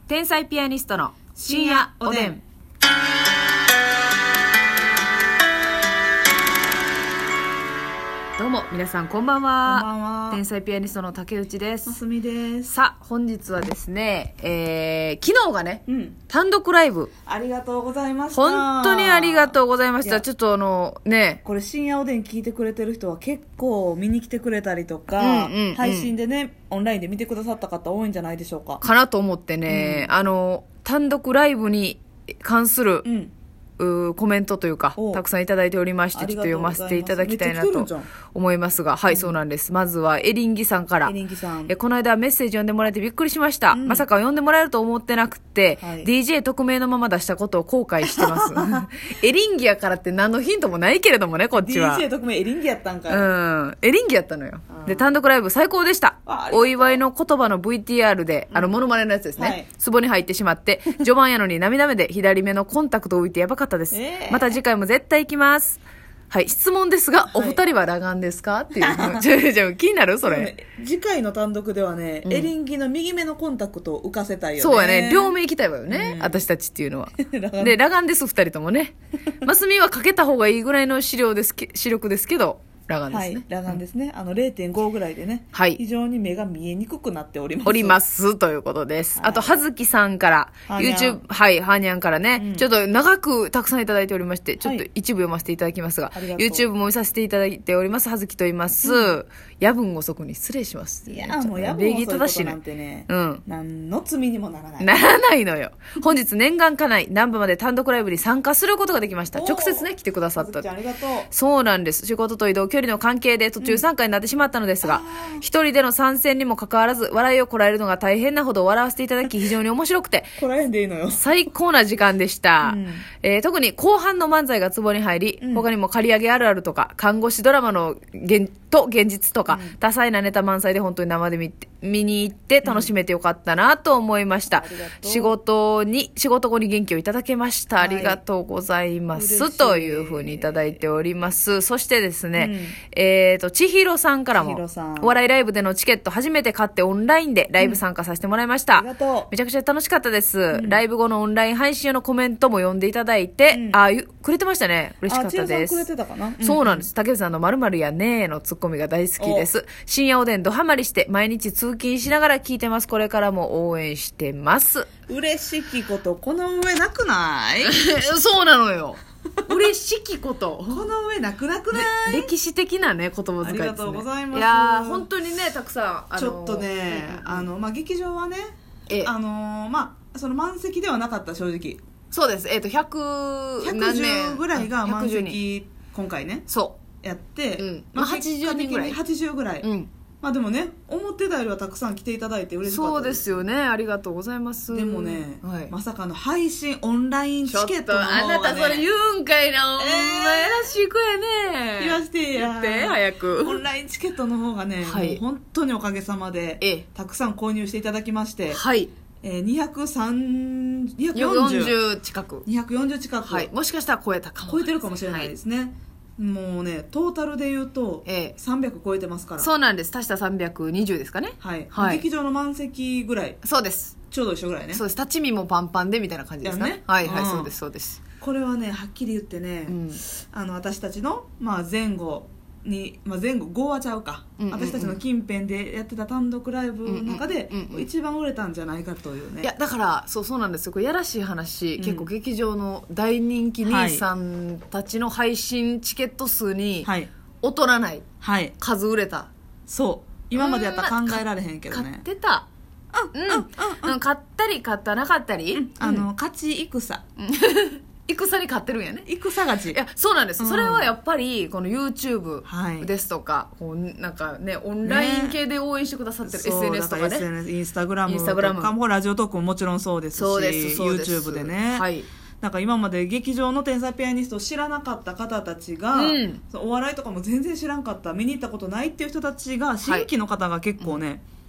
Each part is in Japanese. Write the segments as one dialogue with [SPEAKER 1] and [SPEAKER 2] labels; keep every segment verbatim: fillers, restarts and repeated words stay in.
[SPEAKER 1] 天才ピアニストの深夜おでん。どうも皆さんこんばんは。
[SPEAKER 2] こんばんは。
[SPEAKER 1] 天才ピアニストの竹内です。
[SPEAKER 2] ますみです。
[SPEAKER 1] さあ本日はですね、えー、昨日がね、
[SPEAKER 2] うん、
[SPEAKER 1] 単独ライブ
[SPEAKER 2] ありがとうございました。
[SPEAKER 1] 本当にありがとうございました。ちょっとあのね、
[SPEAKER 2] これ深夜おでん聞いてくれてる人は結構見に来てくれたりとか、
[SPEAKER 1] うんうんうん、
[SPEAKER 2] 配信でねオンラインで見てくださった方多いんじゃないでしょうか
[SPEAKER 1] かなと思ってね、うん、あの単独ライブに関する、うんコメントというかたくさんいただいておりまして、ちょっと読ませていただきたいなと思いますが、はい、うん、そうなんです。まずはエリンギさんから、エリンギさん、えこの間メッセージ読んでもらえてびっくりしました、うん、まさか読んでもらえると思ってなくて、はい、ディージェー 匿名のまま出したことを後悔してますエリンギやからって何のヒントもないけれどもね、こっちは
[SPEAKER 2] ディージェー 匿名エリンギやったんかい。
[SPEAKER 1] うん、エリンギやったのよ。で単独ライブ最高でした。お祝いの言葉の ブイティーアール で、うん、あのモノマネのやつですね、はい、壺に入ってしまって序盤やのに涙目で左目のコンタクトを置いてやばかったです、えー、また次回も絶対行きます。はい、質問ですが、はい、お二人は裸眼ですかっていうちょちょ気になるそれ、ね、
[SPEAKER 2] 次回の単独ではね、うん、エリンギの右目のコンタクトを浮かせたいよね。
[SPEAKER 1] そうやね、両目行きたいわよね、うん、私たちっていうのはで裸眼です二人ともねマスミはかけた方がいいぐらいの視力ですけ視力ですけど裸眼ですね。
[SPEAKER 2] はい、裸眼ですね、うん、あの れいてんご ぐらいでね、はい、非常に目が見えにくくなっております
[SPEAKER 1] おりますということです、はい、あと葉月さんから YouTube はいハーニャンからね、うん、ちょっと長くたくさんいただいておりまして、ちょっと一部読ませていただきますが、はい、YouTube も見させていただいております葉月と言います、うん、夜分遅くに失礼します。
[SPEAKER 2] いやもう夜分遅いことなんてね、うん、何の罪にもならない
[SPEAKER 1] ならないのよ。本日念願かない南部まで単独ライブに参加することができました。直接ね来てくださった。
[SPEAKER 2] ありがとう。
[SPEAKER 1] そうなんです。仕事と移動距離の関係で途中参加になってしまったのですが、一、うん、人での参戦にもかかわらず笑いをこらえるのが大変なほど笑わせていただき非常に面白くて
[SPEAKER 2] こらえんでいいのよ。
[SPEAKER 1] 最高な時間でした、うんえー、特に後半の漫才がツボに入り、うん、他にも刈り上げあるあるとか看護師ドラマの現と現実とか、うん、多彩なネタ満載で本当に生で見て見に行って楽しめてよかったなと思いました、うん、仕事に仕事後に元気をいただけました、はい、ありがとうございますというふうにいただいております。そしてですね、うん、えーと千尋さんからもお笑いライブでのチケット初めて買ってオンラインでライブ参加させてもらいました、うん、ありがとう。めちゃくちゃ楽しかったです、うん、ライブ後のオンライン配信用のコメントも読んでいただいて、うん、あくれてましたね。嬉しかったです。
[SPEAKER 2] あ、千尋さんくれてたかな、うん、
[SPEAKER 1] そうなんです。竹内さんの〇〇やねーのツッコミが大好きです。深夜おでんドハマりして毎日通勤しながら聞いてます。これからも応援してます。
[SPEAKER 2] 嬉しきことこの上なくない
[SPEAKER 1] そうなのよ嬉しきこと
[SPEAKER 2] この上なくなくない。
[SPEAKER 1] 歴史的なね言葉遣いですね。
[SPEAKER 2] ありがとうございます。
[SPEAKER 1] いや本当にねたくさん、あのー、
[SPEAKER 2] ちょっとね、うん、あのまあ劇場はね、えあのー、まあその満席ではなかった。正直
[SPEAKER 1] そうです。えっ、ー、とひゃく
[SPEAKER 2] ひゃくじゅうぐらいが満席今回ねそうやって、うんまあ、はちじゅうにんぐらいはちじゅうぐらい、うんまあでもね思ってたよりはたくさん来ていただいて嬉しかったです。
[SPEAKER 1] そうですよね、ありがとうございます。
[SPEAKER 2] でもね、はい、まさかの配信オンラインチケットの方が、ね、
[SPEAKER 1] あなたそれ言うんかいな、お前、えー、やらしい子やね。
[SPEAKER 2] 言わせてや
[SPEAKER 1] 言って早く。
[SPEAKER 2] オンラインチケットの方がね、はい、もう本当におかげさまで、ええ、たくさん購入していただきまして、はいえー、にひゃくさん、にひゃくよんじゅう
[SPEAKER 1] にひゃくよんじゅう近く
[SPEAKER 2] にひゃくよんじゅう近く、
[SPEAKER 1] はい、もしかしたら超えたかも
[SPEAKER 2] 超えてるかもしれないですね、はいもうねトータルで言うとさんびゃく超えてますから、ええ、
[SPEAKER 1] そうなんです。足したさんびゃくにじゅうですかね、はい
[SPEAKER 2] はい、劇場の満席ぐらい。
[SPEAKER 1] そうです、
[SPEAKER 2] ちょうど一緒ぐらいね。
[SPEAKER 1] そうです。立ち見もパンパンでみたいな感じですかね。はいはい、うん、そうですそうです。
[SPEAKER 2] これはねはっきり言ってね、うん、あの私たちの、まあ、前後に、まあ、前後ごはちゃうか、うんうんうん、私たちの近辺でやってた単独ライブの中で一番売れたんじゃないかというね。
[SPEAKER 1] いやだからそうそうなんですよ。これやらしい話、うん、結構劇場の大人気兄さんたちの配信チケット数に劣らない数売れた、はい、
[SPEAKER 2] そう今までやったら考えられへんけどね。
[SPEAKER 1] 買ってたうん、うんうんうん、買ったり買ったなかったり、うん、
[SPEAKER 2] あの勝ち戦
[SPEAKER 1] 戦に勝ってるんやね。
[SPEAKER 2] 戦勝ち。
[SPEAKER 1] いやそうなんです、うん、それはやっぱりこの YouTube ですとか、はい、こうなんかねオンライン系で応援してくださってる、ね、エスエヌエス とかね
[SPEAKER 2] エスエヌエス インスタグラムとかもラジオトークももちろんそうですし、そうですそうです YouTube でね、はい、なんか今まで劇場の天才ピアニストを知らなかった方たちが、うん、お笑いとかも全然知らんかった見に行ったことないっていう人たちが新規の方が結構ね、はい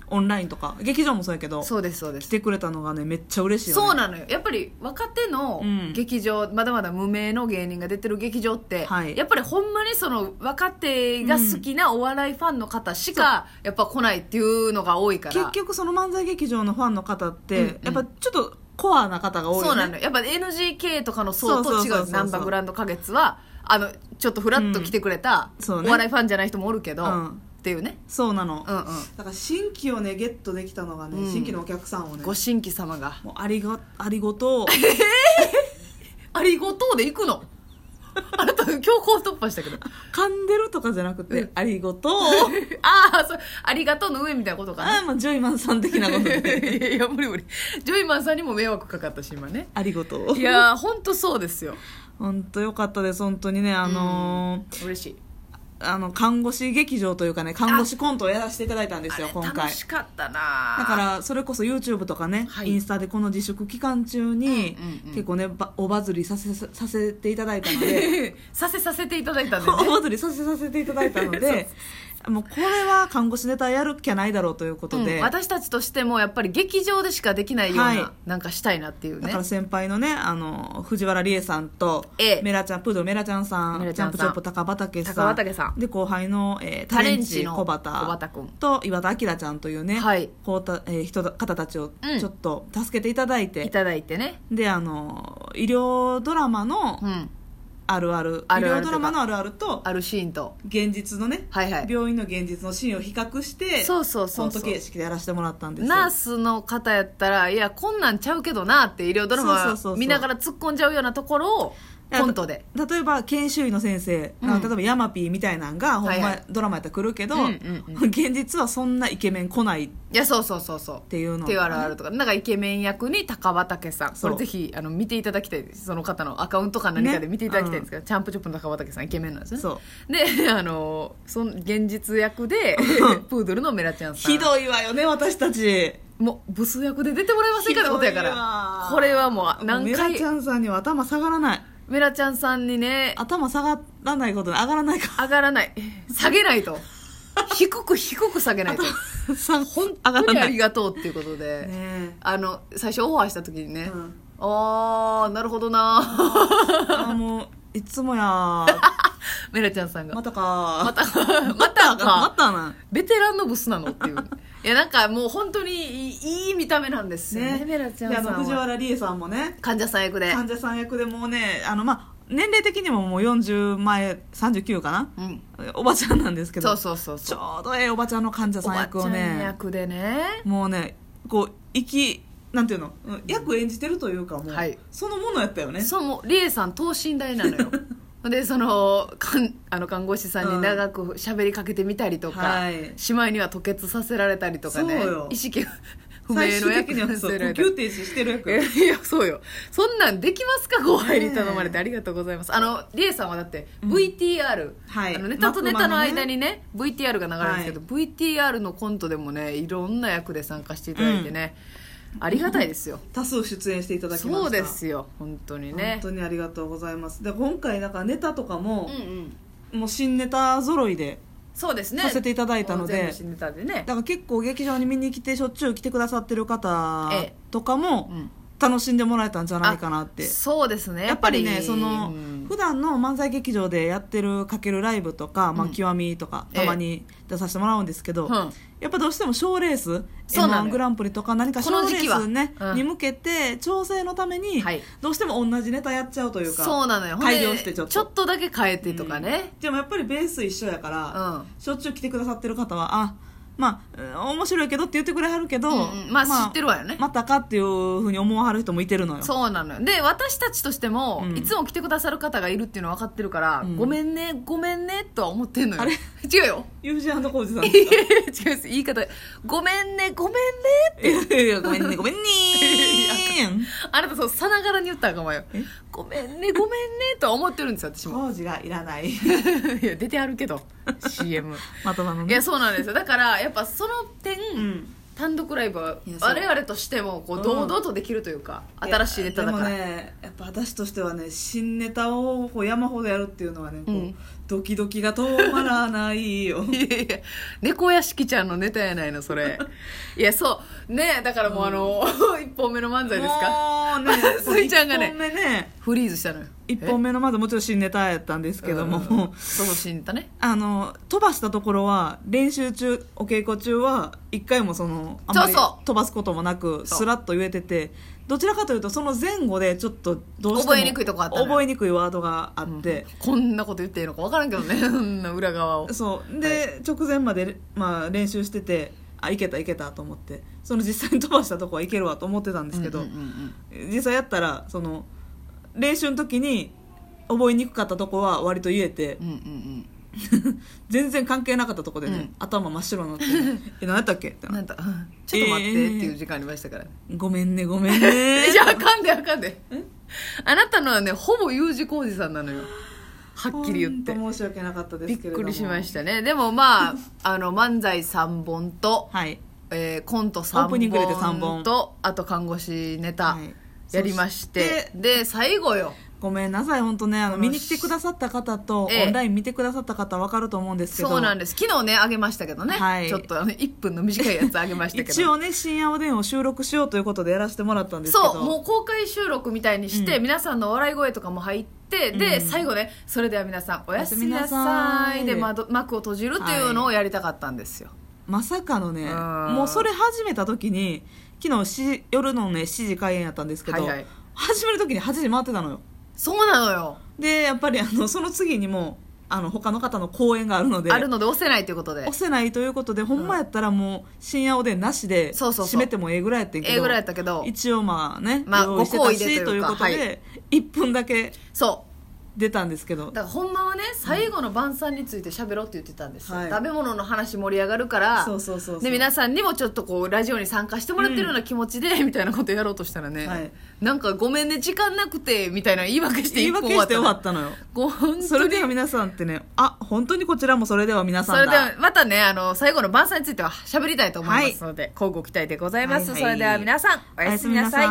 [SPEAKER 2] オンラインとか劇場もそうやけど
[SPEAKER 1] そうですそうです
[SPEAKER 2] 来てくれたのがねめっちゃ嬉しいよね。
[SPEAKER 1] そうなのよ。やっぱり若手の劇場、うん、まだまだ無名の芸人が出てる劇場って、はい、やっぱりほんまにその若手が好きなお笑いファンの方しかやっぱ来ないっていうのが多いから、
[SPEAKER 2] 結局その漫才劇場のファンの方って、うんうん、やっぱちょっとコアな方が多いよね。
[SPEAKER 1] そうなのよ。やっぱ エヌジーケー とかの層と違う。ナンバーグランド花月はあのちょっとフラッと来てくれた、うん、お笑いファンじゃない人もおるけど、うん、っていうね。
[SPEAKER 2] そうなの、
[SPEAKER 1] うんうん、
[SPEAKER 2] だから新規をねゲットできたのがね、うん、新規のお客さんをね
[SPEAKER 1] ご新規様が
[SPEAKER 2] もうありがありごとう
[SPEAKER 1] ありごとうで行くのあなた強行突破したけど
[SPEAKER 2] 噛んでるとかじゃなくて、うん、ありごとう
[SPEAKER 1] ああそうありがとうの上みたいなことかな。
[SPEAKER 2] ああ、まあ、ジョイマンさん的なことで
[SPEAKER 1] いや無理無理。ジョイマンさんにも迷惑かかったし今ね。
[SPEAKER 2] ありごとう。
[SPEAKER 1] いや本当そうですよ。
[SPEAKER 2] 本当よかったです本当にね。あのー、
[SPEAKER 1] 嬉しい。
[SPEAKER 2] あの看護師劇場というかね看護師コントをやらせていただいたんですよ今回。
[SPEAKER 1] 楽しかったな。
[SPEAKER 2] だからそれこそ YouTube とかね、はい、インスタでこの自粛期間中に、うんうんうん、結構ねおバズりさせさせていただいたので
[SPEAKER 1] させさせていただいたんでね
[SPEAKER 2] おバズりさせさせていただいたのでもうこれは看護師ネタやるっきゃないだろうということで、
[SPEAKER 1] うん、私たちとしてもやっぱり劇場でしかできないような、はい、なんかしたいなっていうね。
[SPEAKER 2] だから先輩のねあの藤原理恵さんと、
[SPEAKER 1] ええ、
[SPEAKER 2] メラちゃんプードルメラちゃんさん、ジャンプチョップ高畑さん、
[SPEAKER 1] 高畑さん
[SPEAKER 2] で後輩の、えー、タレンチ小畑君と岩田明ちゃんというね、はい、こうたえー、人方たちをちょっと助けていただいて、
[SPEAKER 1] うん、いただいてね。
[SPEAKER 2] であの医療ドラマの、うんあるある
[SPEAKER 1] あるある
[SPEAKER 2] 医療ドラマのあるあると
[SPEAKER 1] あるシーンと
[SPEAKER 2] 現実のね、はいはい、病院の現実のシーンを比較して
[SPEAKER 1] そうそうそう
[SPEAKER 2] コント形式でやらせてもらったんですよ。
[SPEAKER 1] ナースの方やったらいやこんなんちゃうけどなって医療ドラマ見ながら突っ込んじゃうようなところをコントで
[SPEAKER 2] 例えば研修医の先生、うん、例えばヤマピーみたいなのが、はいはい、ほんまドラマやったら来るけど、うんうんうん、現実はそんなイケメン来ない。
[SPEAKER 1] いやそうそうそうそう
[SPEAKER 2] っていうの、ね、
[SPEAKER 1] っていうあるあるとかなんかイケメン役に高畑さんこれぜひあの見ていただきたいです。その方のアカウントか何かで見ていただきたいんですけど、ねうん、チャンプチョップの高畑さんイケメンなんですね。そうであのその現実役でプードルのメラちゃんさん
[SPEAKER 2] ひどいわよね私たち
[SPEAKER 1] もうブス役で出てもらえませんかってことやからこれはもう何回
[SPEAKER 2] メラちゃんさんには頭下がらない。
[SPEAKER 1] メラちゃんさんにね
[SPEAKER 2] 頭下がらないことで上がらないか
[SPEAKER 1] 上がらない下げないと低く低く下げないと本当にありがとうっていうことで、ね、あの最初オファーした時にね、うん、あーなるほどな
[SPEAKER 2] あもういつもや
[SPEAKER 1] メラちゃんさんが
[SPEAKER 2] またか
[SPEAKER 1] またかまたか
[SPEAKER 2] またな
[SPEAKER 1] ベテランのブスなのっていういやなんかもう本当にいい見た目なんですよ ね, ねメラちゃんさんは。
[SPEAKER 2] 藤原理恵さんもね
[SPEAKER 1] 患者さん役で
[SPEAKER 2] 患者さん役でもうねあのまあ年齢的にももうよんじゅう前さんじゅうきゅうかな、うん、おばちゃんなんですけど
[SPEAKER 1] そうそうそうそう
[SPEAKER 2] ちょうどええおばちゃんの患者さん役をねおばちゃん
[SPEAKER 1] 役でね
[SPEAKER 2] もうねこう息なんていうの役演じてるというかもう、はい、そのものやったよね。
[SPEAKER 1] そうもう理恵さん等身大なのよでそのかんあの看護師さんに長く喋りかけてみたりとか、うんはい、しまいには吐血させられたりとかね意識不明の役に
[SPEAKER 2] させられたり呼吸停止してる役
[SPEAKER 1] いやそうよそんなんできますか後輩に頼まれてありがとうございます。あのリエさんはだって ブイティーアール、うんはい、あのネタとネタの間にね、ね ブイティーアール が流れるんですけど、はい、ブイティーアール のコントでもねいろんな役で参加していただいてね、うん、ありがたいですよ。
[SPEAKER 2] 多数出演していただきました。
[SPEAKER 1] そうですよ本当にね
[SPEAKER 2] 本当にありがとうございます。で今回だからネタとかも、うんうん、もう新ネタ揃いで
[SPEAKER 1] そうですね
[SPEAKER 2] させていただいたの で,
[SPEAKER 1] 全部新ネタで、ね、
[SPEAKER 2] だから結構劇場に見に来てしょっちゅう来てくださってる方とかも楽しんでもらえたんじゃないかなって。
[SPEAKER 1] そうですね
[SPEAKER 2] やっぱりねその、うん、普段の漫才劇場でやってるかけるライブとか、まあ、極みとかたまに出させてもらうんですけど、うん、やっぱどうしても賞レース エムワン グランプリとか何か賞レース、ねうん、に向けて調整のために、はい、どうしても同じネタやっちゃうというか
[SPEAKER 1] そうなのよ
[SPEAKER 2] 改良してちょっと
[SPEAKER 1] ちょっとだけ変えてとかね、
[SPEAKER 2] うん、でもやっぱりベース一緒やから、うん、しょっちゅう来てくださってる方はあまあ面白いけどって言ってくれはるけど、うんうん、
[SPEAKER 1] まあ、まあ、知ってるわよね
[SPEAKER 2] またかっていうふうに思わはる人もいてるのよ。
[SPEAKER 1] そうなのよ。で私たちとしても、うん、いつも来てくださる方がいるっていうのは分かってるから、うん、ごめんねごめんねとは思ってんのよ。あれ違うよ
[SPEAKER 2] ユージ&コウジさんです
[SPEAKER 1] か違うです言い方ごめんねごめんね
[SPEAKER 2] っていやごめんねごめんね
[SPEAKER 1] あなたそうさながらに言ったらかもよごめんねごめんねとは思ってるんですよ私も。
[SPEAKER 2] コウジがいらないい
[SPEAKER 1] や出てあるけど シーエム
[SPEAKER 2] まとまのね。
[SPEAKER 1] いやそうなんですよ。だからやっぱその点、うん、 単独ライブは我々としてもこう堂々とできるというか、うん、新しいネタだから。
[SPEAKER 2] でもねやっぱ私としてはね新ネタをこう山ほどやるっていうのはね、こう、うん、ドキドキが止まらないよ
[SPEAKER 1] いやいや猫屋敷ちゃんのネタやないのそれいやそうねだからもうあの、うん、いっぽんめの漫才ですか
[SPEAKER 2] もうね
[SPEAKER 1] スイちゃんがね
[SPEAKER 2] いっぽんめね
[SPEAKER 1] フリーズしたのよ。
[SPEAKER 2] いっぽんめのまずもちろん新ネタやったんですけども、うん、
[SPEAKER 1] そうそう新ネタね。
[SPEAKER 2] あの飛ばしたところは練習中お稽古中は一回もそのあんまり飛ばすこともなくスラッと言えてて、どちらかというとその前後でちょっとどうしても
[SPEAKER 1] 覚えにくいとこあったのよ。
[SPEAKER 2] 覚えにくいワードがあって、
[SPEAKER 1] うん、こんなこと言っていいのか分からんけどねそんな裏側を
[SPEAKER 2] そうで、はい、直前まで、まあ、練習しててあいけたいけたと思ってその実際に飛ばしたとこはいけるわと思ってたんですけど、うんうんうんうん、実際やったらその練習の時に覚えにくかったとこは割と言えて、うんうんうん全然関係なかったとこでね、うん、頭真っ白になって、ね、え何やったっけって
[SPEAKER 1] なんだちょっと待ってっていう時間ありましたから、
[SPEAKER 2] えー、ごめんねごめんね
[SPEAKER 1] じゃああかんであかんであなたのはねほぼ U 字工事さんなのよはっきり言って
[SPEAKER 2] 申し訳なかったですけれども
[SPEAKER 1] びっくりしましたね。でもまああの漫才さんぼんと、
[SPEAKER 2] はい
[SPEAKER 1] えー、コントさんぼん
[SPEAKER 2] オープニング入れてさんぼん
[SPEAKER 1] とあと看護師ネタやりまして、はい、で最後よ
[SPEAKER 2] ごめんなさい本当ねあの見に来てくださった方と、ええ、オンライン見てくださった方分かると思うんですけど
[SPEAKER 1] そうなんです昨日ねあげましたけどね、はい、ちょっとあのいっぷんの短いやつあげましたけど
[SPEAKER 2] 一応ね深夜おでんを収録しようということでやらせてもらったんですけど
[SPEAKER 1] そうもう公開収録みたいにして、うん、皆さんの笑い声とかも入ってで、うん、最後ねそれでは皆さんおやすみなさいで幕を閉じるっていうのをやりたかったんですよ、はい、
[SPEAKER 2] まさかのねもうそれ始めた時に昨日夜のねしちじ開演やったんですけど、はいはい、始める時にはちじ回ってたのよ。
[SPEAKER 1] そうなのよ。
[SPEAKER 2] でやっぱりあのその次にもあの他の方の公演があるので
[SPEAKER 1] あるので押せないということで
[SPEAKER 2] 押せないということで、うん、ほんまやったらもう深夜おでんなしで締めてもええぐらいやってんけど、
[SPEAKER 1] ええぐらいやったけど
[SPEAKER 2] 一応まあね、
[SPEAKER 1] まあ、
[SPEAKER 2] 用意してたしということで、はい、いっぷんだけ
[SPEAKER 1] そう
[SPEAKER 2] 出たんですけど
[SPEAKER 1] だからほんまはね最後の晩餐について喋ろうって言ってたんですよ、はい、食べ物の話盛り上がるから
[SPEAKER 2] そうそうそうそう
[SPEAKER 1] で皆さんにもちょっとこうラジオに参加してもらってるような気持ちで、うん、みたいなことやろうとしたらね、はい、なんかごめんね時間なくてみたいな言い訳して
[SPEAKER 2] 言い訳して終わったのよごそれでは皆さんってねあ本当にこちらもそれでは皆さんだ
[SPEAKER 1] それではまたねあの最後の晩餐については喋りたいと思いますので、はい、乞うご期待でございます、はいはい、それでは皆さんおやすみなさい。